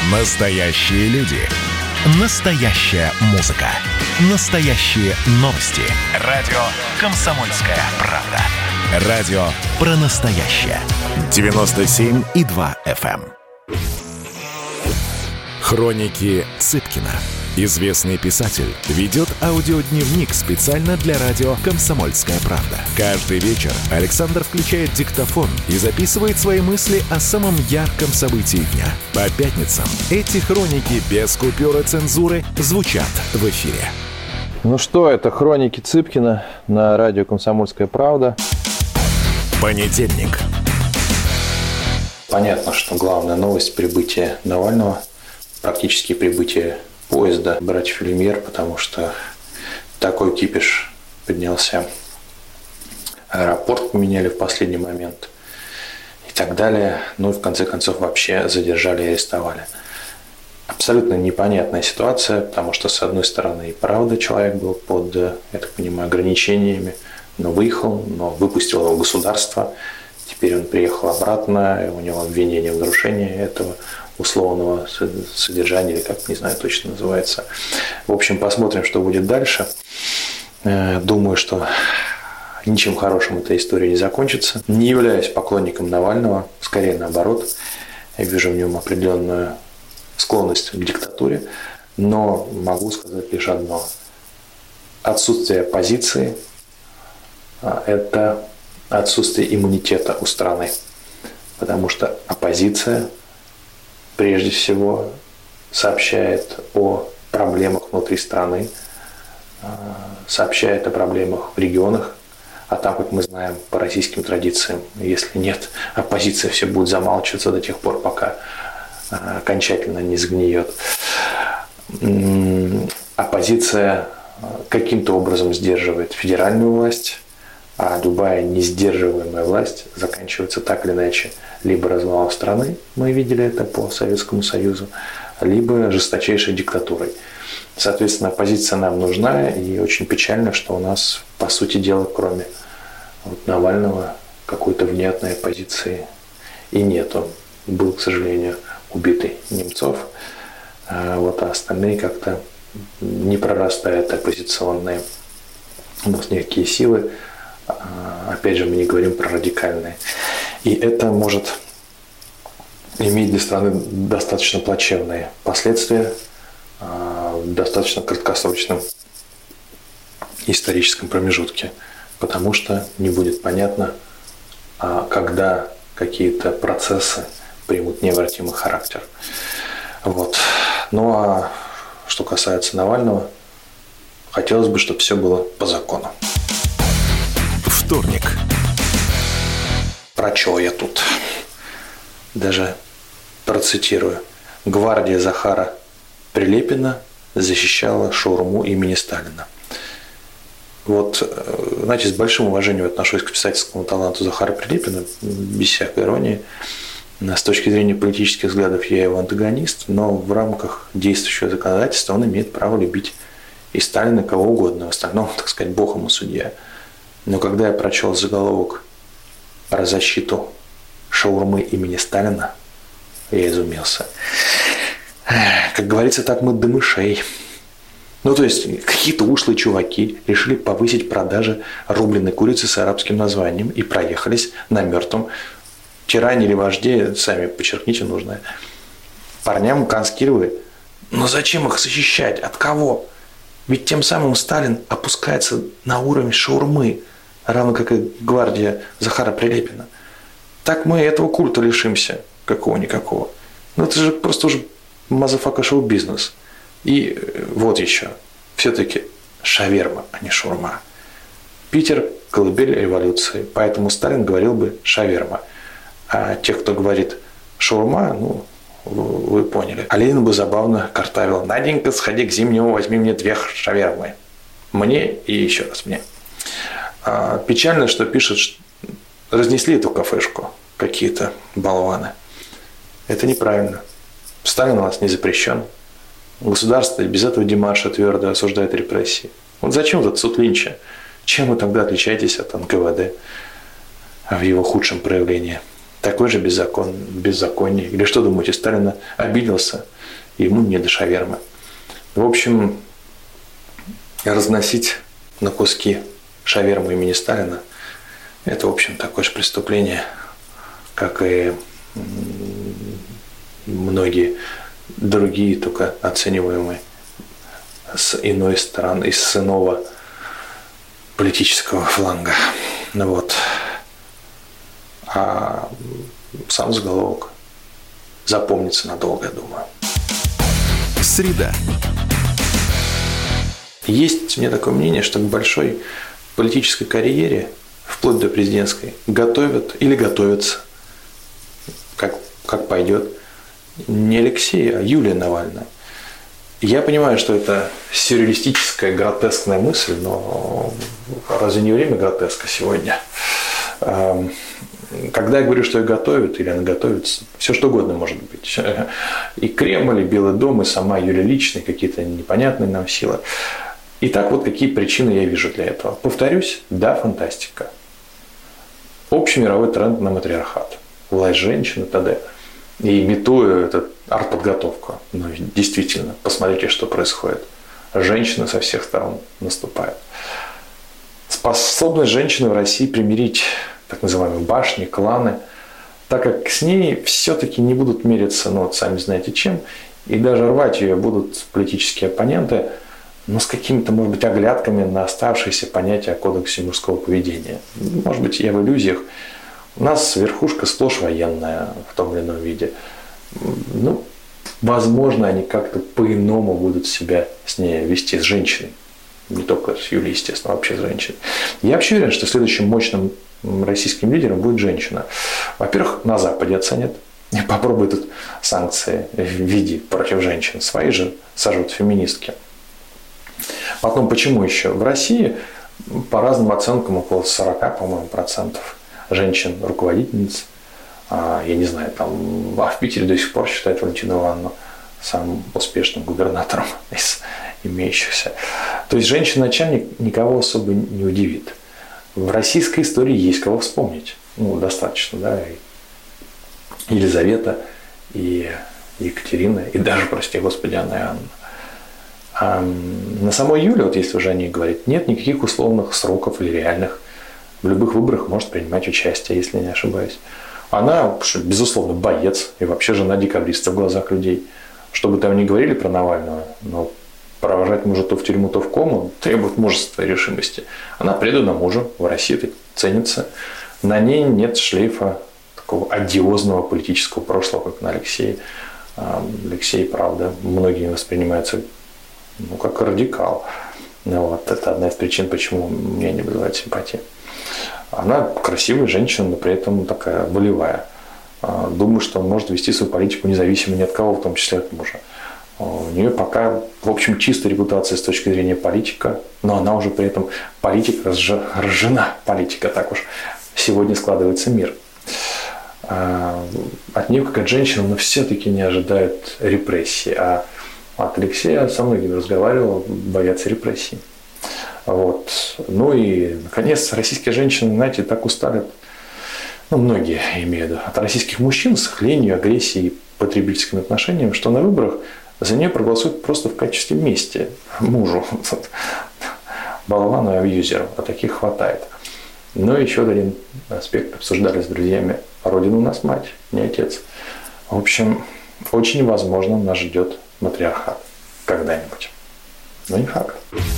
Настоящие люди. Настоящая музыка. Настоящие новости. Радио «Комсомольская правда». Радио про настоящее. 97,2 FM. Хроники Цыпкина. Известный писатель ведет аудиодневник специально для радио «Комсомольская правда». Каждый вечер Александр включает диктофон и записывает свои мысли о самом ярком событии дня. По пятницам эти хроники без купюр и цензуры звучат в эфире. Ну что, это хроники Цыпкина на радио «Комсомольская правда». Понедельник. Понятно, что главная новость – прибытие Навального, практически прибытие поезда братьев Люмьер, потому что такой кипиш поднялся. Аэропорт поменяли в последний момент и так далее. Ну и в конце концов вообще задержали и арестовали. Абсолютно непонятная ситуация, потому что с одной стороны и правда человек был под, я так понимаю, ограничениями, но выехал, но выпустило его государство. Теперь он приехал обратно, у него обвинение в нарушении этого условного содержания, или как, не знаю, точно называется. В общем, посмотрим, что будет дальше. Думаю, что ничем хорошим эта история не закончится. Не являюсь поклонником Навального, скорее наоборот. Я вижу в нем определенную склонность к диктатуре, но могу сказать лишь одно. Отсутствие оппозиции – это отсутствие иммунитета у страны, потому что оппозиция прежде всего сообщает о проблемах внутри страны, сообщает о проблемах в регионах, а там, как мы знаем, по российским традициям, если нет, оппозиция все будет замалчиваться до тех пор, пока окончательно не сгниет. Оппозиция каким-то образом сдерживает федеральную власть, а любая несдерживаемая власть заканчивается так или иначе либо развалом страны, мы видели это по Советскому Союзу, либо жесточайшей диктатурой. Соответственно, оппозиция нам нужна, и очень печально, что у нас, по сути дела, кроме Навального, какой-то внятной оппозиции и нету. Был, к сожалению, убитый Немцов, а остальные как-то не прорастают оппозиционные никакие силы. Опять же, мы не говорим про радикальные. И это может иметь для страны достаточно плачевные последствия в достаточно краткосрочном историческом промежутке, потому что не будет понятно, когда какие-то процессы примут необратимый характер. Ну а что касается Навального, хотелось бы, чтобы все было по закону. Вторник. Прочел я тут. Даже процитирую. Гвардия Захара Прилепина защищала шаурму имени Сталина. Знаете, с большим уважением отношусь к писательскому таланту Захара Прилепина, без всякой иронии. С точки зрения политических взглядов я его антагонист, но в рамках действующего законодательства он имеет право любить и Сталина, и кого угодно. В остальном, так сказать, Бог ему судья. Но когда я прочел заголовок про защиту шаурмы имени Сталина, я изумился. Как говорится, так мы до мышей. То есть, какие-то ушлые чуваки решили повысить продажи рубленой курицы с арабским названием и проехались на мертвом тиране или вожде, сами подчеркните нужное, парням конскировали. Но зачем их защищать? От кого? Ведь тем самым Сталин опускается на уровень шаурмы, равно как и гвардия Захара Прилепина. Так мы этого культа лишимся, какого-никакого. Это же просто уже мазафака шоу-бизнес. И еще. Все-таки шаверма, а не шаурма. Питер – колыбель революции, поэтому Сталин говорил бы шаверма. А те, кто говорит шаурма, вы поняли. А Ленин бы забавно картавил: Наденька, сходи к Зимнему, возьми мне 2 шавермы. Мне и еще раз мне. Печально, что пишут, разнесли эту кафешку какие-то болваны. Это неправильно. Сталин у нас не запрещен. Государство без этого демарша твердо осуждает репрессии. Зачем этот суд Линча? Чем вы тогда отличаетесь от НКВД в его худшем проявлении? такой же беззаконие. Или что думаете, Сталин обиделся, ему не до шавермы. В общем, разносить на куски шаверму имени Сталина – это, в общем, такое же преступление, как и многие другие, только оцениваемые с иной стороны, с иного политического фланга. Вот. А сам заголовок запомнится надолго, я думаю. Среда. Есть у меня такое мнение, что к большой политической карьере, вплоть до президентской, готовят или готовятся, как пойдет, не Алексей, а Юлия Навальная. Я понимаю, что это сюрреалистическая, гротескная мысль, но разве не время гротеска сегодня? Когда я говорю, что ее готовят, или она готовится, все что угодно может быть. И Кремль, и Белый дом, и сама Юлия лично, и какие-то непонятные нам силы. Итак, вот какие причины я вижу для этого. Повторюсь, да, фантастика. Общемировой тренд на матриархат. Власть женщин и т.д. И имитуя эту артподготовку. Но действительно, посмотрите, что происходит. Женщины со всех сторон наступают. Способность женщины в России примирить так называемые башни, кланы, так как с ней все-таки не будут мериться, ну вот сами знаете чем, и даже рвать ее будут политические оппоненты, но с какими-то, может быть, оглядками на оставшиеся понятия о кодексе мужского поведения. Может быть, я в иллюзиях. У нас верхушка сплошь военная в том или ином виде. Ну, возможно, они как-то по-иному будут себя с ней вести, с женщиной. Не только с Юлией, естественно, а вообще с женщиной. Я вообще уверен, что следующим мощным российским лидером будет женщина. Во-первых, на Западе оценят. И попробуют тут санкции в виде против женщин. Свои же сажают феминистки. Потом, почему еще? В России, по разным оценкам, около 40, по-моему, процентов женщин-руководительниц. Я не знаю, там, в Питере до сих пор считают Валентину Ивановну самым успешным губернатором из имеющихся. То есть женщина-начальник никого особо не удивит. В российской истории есть кого вспомнить. Ну, достаточно, да. И Елизавета, и Екатерина, и даже, прости господи, Анна и Анна. А на самой Юле, вот если уже о ней говорить, нет никаких условных сроков или реальных. В любых выборах может принимать участие, если не ошибаюсь. Она, безусловно, боец и вообще жена декабриста в глазах людей. Что бы там ни говорили про Навального, но провожать мужа то в тюрьму, то в кому требует мужества и решимости. Она предана мужу, в России это ценится. На ней нет шлейфа такого одиозного политического прошлого, как на Алексее. Алексей, правда, многими воспринимается как радикал. Вот. Это одна из причин, почему меня не вызывает симпатии. Она красивая женщина, но при этом такая волевая. Думаю, что он может вести свою политику независимо ни от кого, в том числе от мужа. У нее пока, в общем, чистая репутация с точки зрения политика, но она уже при этом политика, разжена политика, так уж сегодня складывается мир. От нее, как от женщины, но все-таки не ожидают репрессий. А от Алексея со многими разговаривал, боятся репрессий. Вот. Ну и, наконец, российские женщины, знаете, так устали, ну, многие имею в виду, от российских мужчин с их ленью, агрессией и потребительским отношением, что на выборах за нее проголосуют просто в качестве мести мужу, болвану и абьюзеру, а таких хватает. Ну и еще один аспект обсуждали с друзьями. Родина у нас мать, не отец. В общем, очень возможно, нас ждет матриархат когда-нибудь. Но не факт.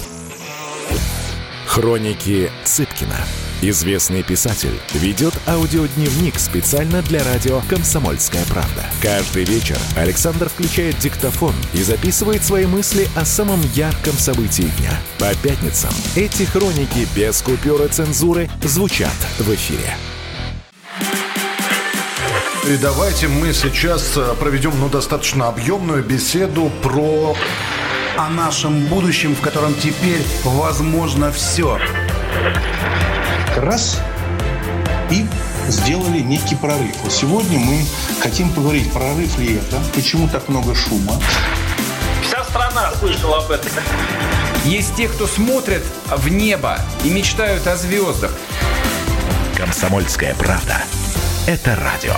Хроники Цыпкина. Известный писатель ведет аудиодневник специально для радио «Комсомольская правда». Каждый вечер Александр включает диктофон и записывает свои мысли о самом ярком событии дня. По пятницам эти хроники без купюр и цензуры звучат в эфире. И давайте мы сейчас проведем достаточно объемную беседу про... о нашем будущем, в котором теперь возможно все. Раз и сделали некий прорыв. Вот сегодня мы хотим поговорить, прорыв ли это, почему так много шума. Вся страна слышала об этом. Есть те, кто смотрят в небо и мечтают о звездах. «Комсомольская правда» — это радио.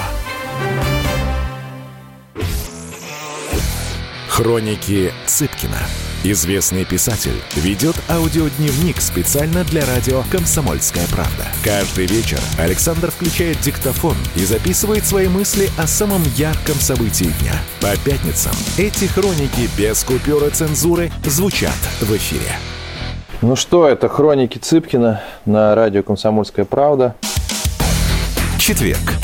Хроники Цыпкина. Известный писатель ведет аудиодневник специально для радио «Комсомольская правда». Каждый вечер Александр включает диктофон и записывает свои мысли о самом ярком событии дня. По пятницам эти хроники без купюр и цензуры звучат в эфире. Ну что, это хроники Цыпкина на радио «Комсомольская правда». Четверг.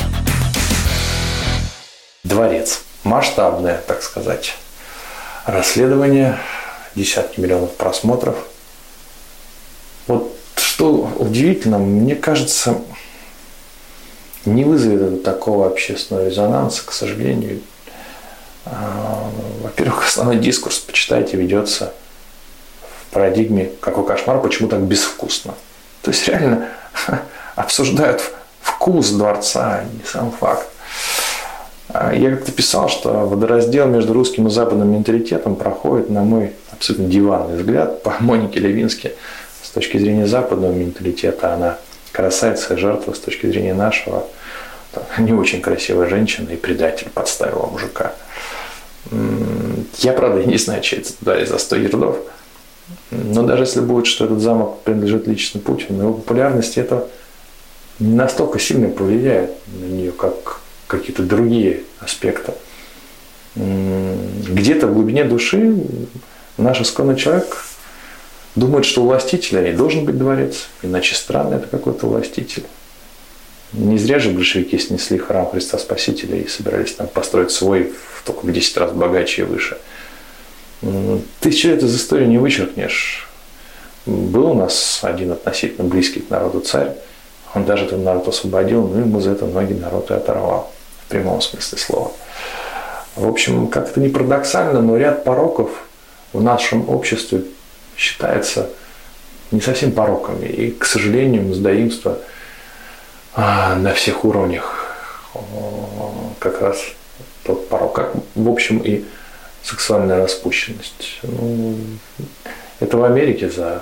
Дворец. Масштабное, так сказать, расследование. Десятки миллионов просмотров. Вот что удивительно, мне кажется, не вызовет такого общественного резонанса, к сожалению. Во-первых, основной дискурс, почитайте, ведется в парадигме «какой кошмар, почему так безвкусно?». То есть реально обсуждают вкус дворца, а не сам факт. Я как-то писал, что водораздел между русским и западным менталитетом проходит, на мой абсолютно диванный взгляд, по Монике Левински. С точки зрения западного менталитета она красавица и жертва, с точки зрения нашего не очень красивая женщина и предатель, подставила мужика. Я, правда, не знаю, чей это дали за 100 ярдов, но даже если будет, что этот замок принадлежит лично Путину, его популярность это не настолько сильно повлияет на нее, как какие-то другие аспекты. Где-то в глубине души наш исконный человек думает, что у властителя и должен быть дворец, иначе странно, это какой-то властитель. Не зря же большевики снесли храм Христа Спасителя и собирались там построить свой, только в 10 раз богаче и выше. 1000 лет из истории не вычеркнешь. Был у нас один относительно близкий к народу царь, он даже этот народ освободил, ну и ему за это многие народ и оторвал. В прямом смысле слова. В общем, как-то не парадоксально, но ряд пороков в нашем обществе считается не совсем пороками. И, к сожалению, мздоимство на всех уровнях как раз тот порок, как, в общем, и сексуальная распущенность. Ну, это в Америке за,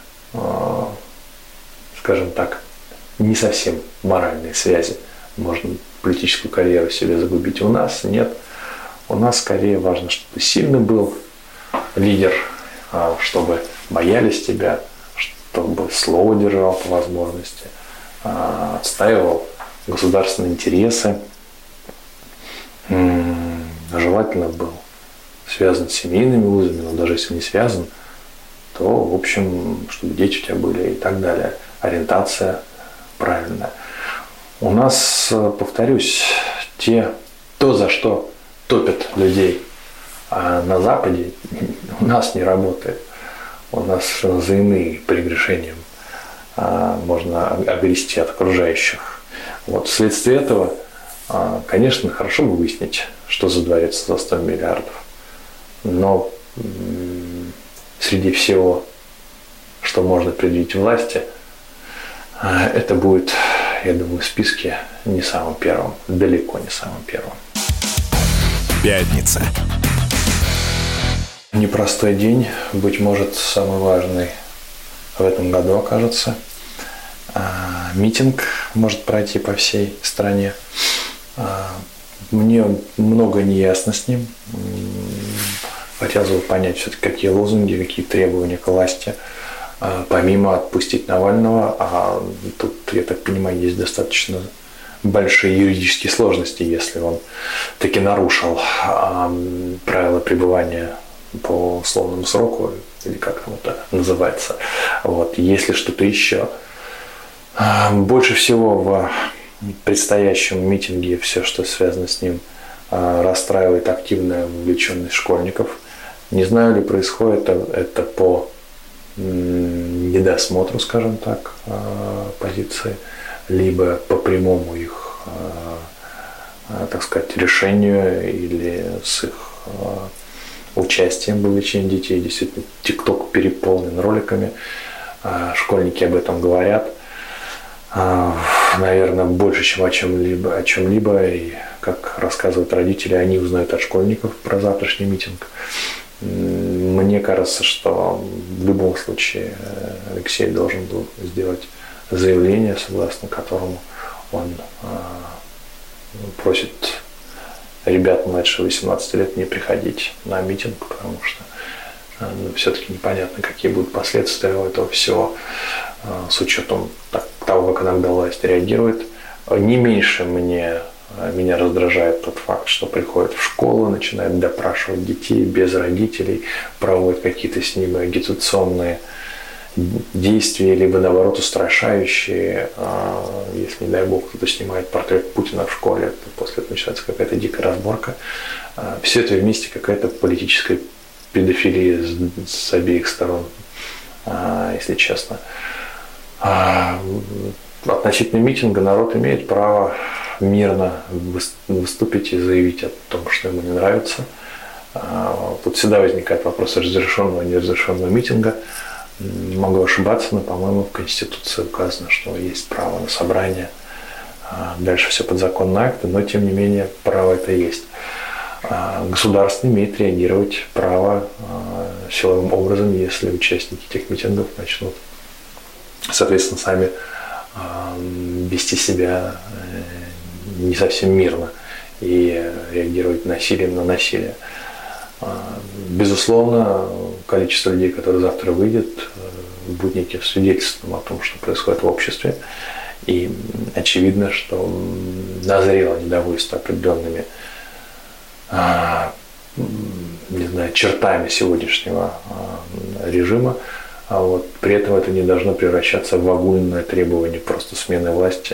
скажем так, не совсем моральные связи можно политическую карьеру себе загубить. У нас нет. У нас скорее важно, чтобы ты сильный был лидер, чтобы боялись тебя, чтобы слово держал по возможности, отстаивал государственные интересы, желательно был связан с семейными узами, но даже если не связан, то, в общем, чтобы дети у тебя были и так далее. Ориентация правильная. У нас, повторюсь, то, за что топят людей на Западе, у нас не работает. У нас за иные прегрешения можно огрести от окружающих. Вот вследствие этого, конечно, хорошо бы выяснить, что за дворец за 100 миллиардов. Но среди всего, что можно предъявить власти, это будет, я думаю, в списке не самым первым, далеко не самым первым. Пятница. Непростой день, быть может, самый важный в этом году окажется. Митинг может пройти по всей стране. Мне много неясно с ним. Хотелось бы понять все-таки, какие лозунги, какие требования к власти. Помимо отпустить Навального, а тут, я так понимаю, есть достаточно большие юридические сложности, если он таки нарушил правила пребывания по условному сроку, или как там это называется. Вот. Если что-то еще. Больше всего в предстоящем митинге все, что связано с ним, расстраивает активная вовлеченность школьников. Не знаю, ли происходит это по недосмотру, скажем так, позиции, либо по прямому их, так сказать, решению или с их участием в вовлечении детей. Действительно, ТикТок переполнен роликами, школьники об этом говорят, наверное, больше, чем о чем-либо, и, как рассказывают родители, они узнают от школьников про завтрашний митинг. Мне кажется, что в любом случае Алексей должен был сделать заявление, согласно которому он просит ребят младше 18 лет не приходить на митинг, потому что все-таки непонятно, какие будут последствия у этого всего, с учетом того, как иногда власть реагирует. Не меньше меня раздражает тот факт, что приходят в школу, начинают допрашивать детей без родителей, проводят какие-то с ними агитационные действия, либо наоборот устрашающие. Если, не дай бог, кто-то снимает портрет Путина в школе, то после этого начинается какая-то дикая разборка. Все это вместе какая-то политическая педофилия с обеих сторон, если честно. Относительно митинга народ имеет право мирно выступить и заявить о том, что ему не нравится. Тут всегда возникает вопрос разрешенного и неразрешенного митинга. Могу ошибаться, но, по-моему, в Конституции указано, что есть право на собрание. Дальше все подзаконные акты, но, тем не менее, право это есть. Государство имеет реагировать право силовым образом, если участники этих митингов начнут, соответственно, сами вести себя не совсем мирно и реагировать насилием на насилие. Безусловно, количество людей, которые завтра выйдет, будет неким свидетельством о том, что происходит в обществе. И очевидно, что назрело недовольство определенными чертами сегодняшнего режима. При этом это не должно превращаться в огульное требование просто смены власти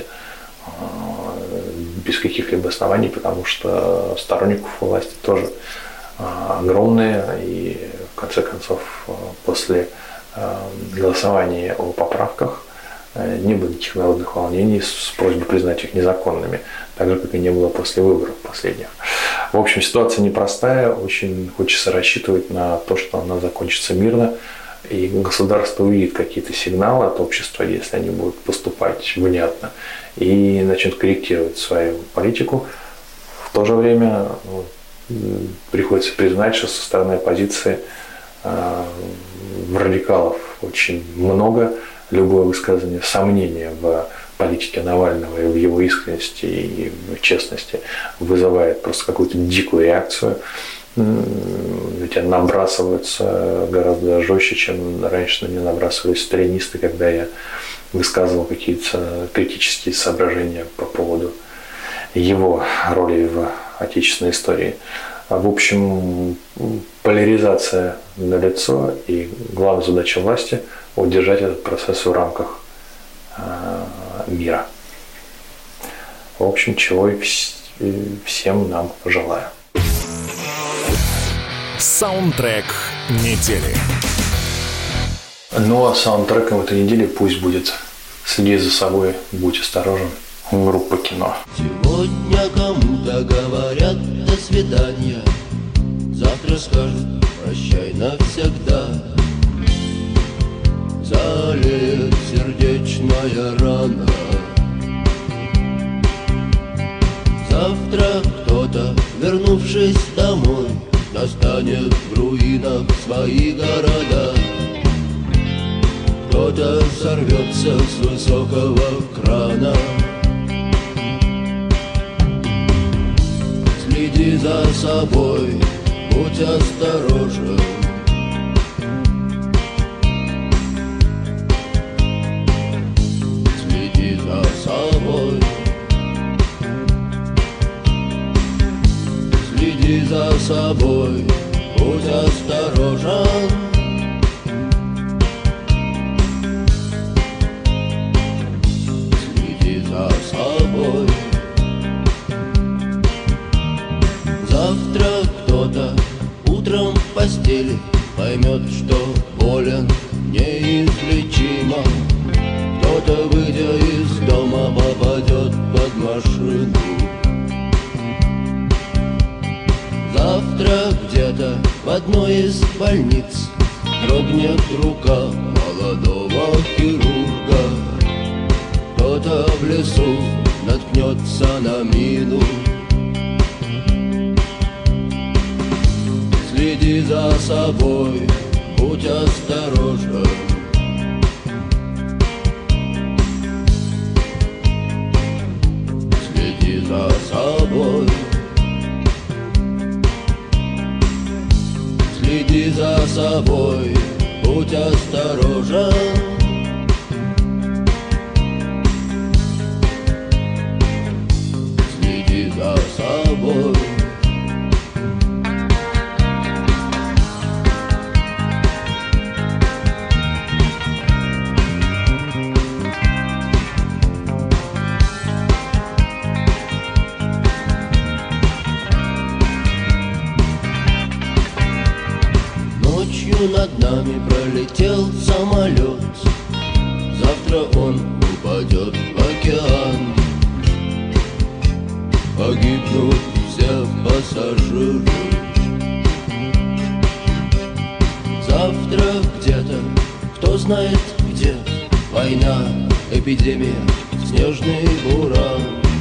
без каких-либо оснований, потому что сторонников власти тоже огромные, и в конце концов после голосования о поправках не было никаких народных волнений с просьбой признать их незаконными, так же, как и не было после выборов последних. В общем, ситуация непростая, очень хочется рассчитывать на то, что она закончится мирно, и государство увидит какие-то сигналы от общества, если они будут поступать внятно, и начнет корректировать свою политику. В то же время приходится признать, что со стороны оппозиции радикалов очень много. Любое высказывание сомнения в политике Навального и в его искренности и в честности вызывает просто какую-то дикую реакцию. Ведь они набрасываются гораздо жестче, чем раньше на меня набрасывались сталинисты, когда я высказывал какие-то критические соображения по поводу его роли в отечественной истории. В общем, поляризация налицо, и главная задача власти – удержать этот процесс в рамках мира. В общем, чего и всем нам желаю. Саундтрек недели. Ну а саундтреком этой недели пусть будет «Следи за собой, будь осторожен» группа «Кино». Сегодня кому-то говорят до свидания, завтра скажут прощай навсегда. Залит сердечная рана. Завтра кто-то, вернувшись домой, достанет в руинах свои города. Кто-то сорвется с высокого крана. Следи за собой, будь осторожен. Следи за собой. Следи за собой, будь осторожен. Следи за собой. Завтра кто-то утром в постели поймет, что болен неизлечимо. Кто-то, выйдя из дома, попадет под машину. Завтра где-то в одной из больниц дрогнет рука молодого хирурга. Кто-то в лесу наткнется на мину. Следи за собой, будь осторожен. Следи за собой. за собой, будь осторожен. Следи за собой. Над нами пролетел самолет, завтра он упадет в океан. Погибнут все пассажиры. Завтра где-то, кто знает где, война, эпидемия, снежный буран.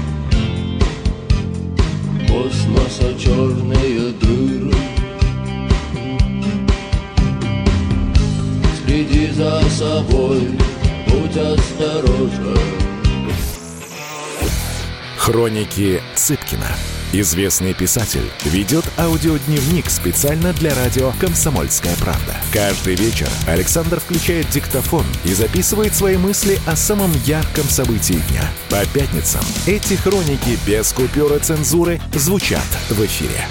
Космоса черные дыры. Следи за собой, будь осторожен. Хроники Цыпкина. Известный писатель ведет аудиодневник специально для радио «Комсомольская правда». Каждый вечер Александр включает диктофон и записывает свои мысли о самом ярком событии дня. По пятницам эти хроники без купюр и цензуры звучат в эфире.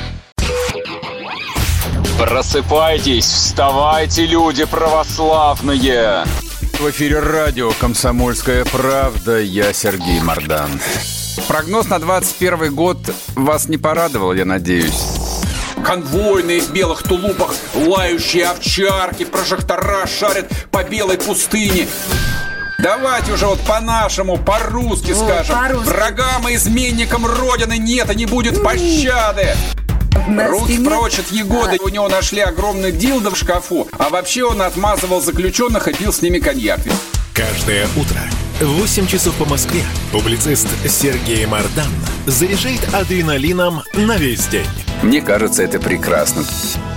Просыпайтесь, вставайте, люди православные! В эфире радио «Комсомольская правда». Я Сергей Мордан. Прогноз на 21 год вас не порадовал, я надеюсь. Конвойные в белых тулупах, лающие овчарки, прожектора шарят по белой пустыне. Давайте уже вот по-нашему, по-русски скажем. По-русски. Врагам и изменникам Родины нет и не будет пощады. Руки прочь от Егоды. У него нашли огромный дилдо в шкафу. А вообще он отмазывал заключенных и пил с ними коньяк. Каждое утро в 8 часов по Москве публицист Сергей Мордан заряжает адреналином на весь день. Мне кажется, это прекрасно.